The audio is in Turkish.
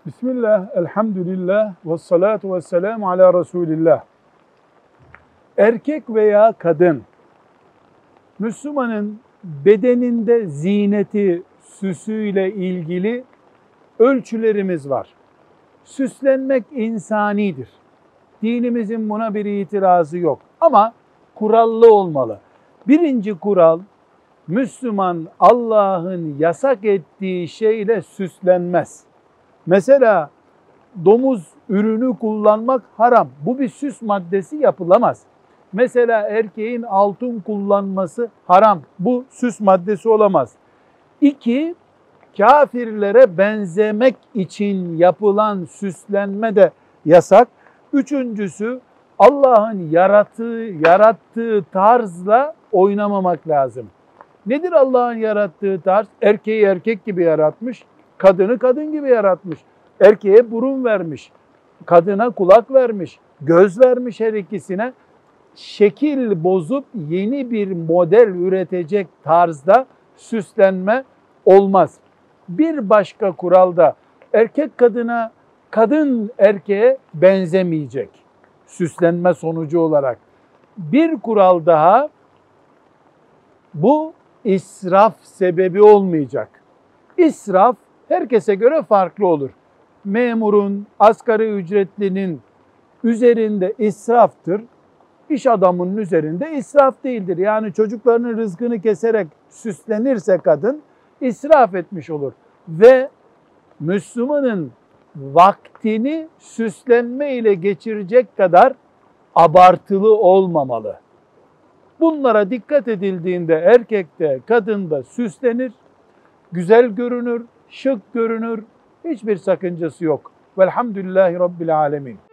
Bismillah, elhamdülillah, ve salatu ve selamu ala Resulillah. Erkek veya kadın, Müslümanın bedeninde zineti, süsüyle ilgili ölçülerimiz var. Süslenmek insanidir. Dinimizin buna bir itirazı yok. Ama kurallı olmalı. Birinci kural, Müslüman Allah'ın yasak ettiği şeyle süslenmez. Mesela domuz ürünü kullanmak haram. Bu bir süs maddesi, yapılamaz. Mesela erkeğin altın kullanması haram. Bu süs maddesi olamaz. İki, kafirlere benzemek için yapılan süslenme de yasak. Üçüncüsü, Allah'ın yarattığı tarzla oynamamak lazım. Nedir Allah'ın yarattığı tarz? Erkeği erkek gibi yaratmış, kadını kadın gibi yaratmış. Erkeğe burun vermiş, kadına kulak vermiş, göz vermiş her ikisine. Şekil bozup yeni bir model üretecek tarzda süslenme olmaz. Bir başka kuralda erkek kadına, kadın erkeğe benzemeyecek süslenme sonucu olarak. Bir kural daha, bu israf sebebi olmayacak. İsraf herkese göre farklı olur. Memurun, asgari ücretlinin üzerinde israftır. İş adamının üzerinde israf değildir. Yani çocuklarının rızkını keserek süslenirse kadın israf etmiş olur. Ve Müslümanın vaktini süslenme ile geçirecek kadar abartılı olmamalı. Bunlara dikkat edildiğinde erkekte, kadında süslenir, güzel görünür, şık görünür, hiçbir sakıncası yok. Velhamdülillahi Rabbil alemin.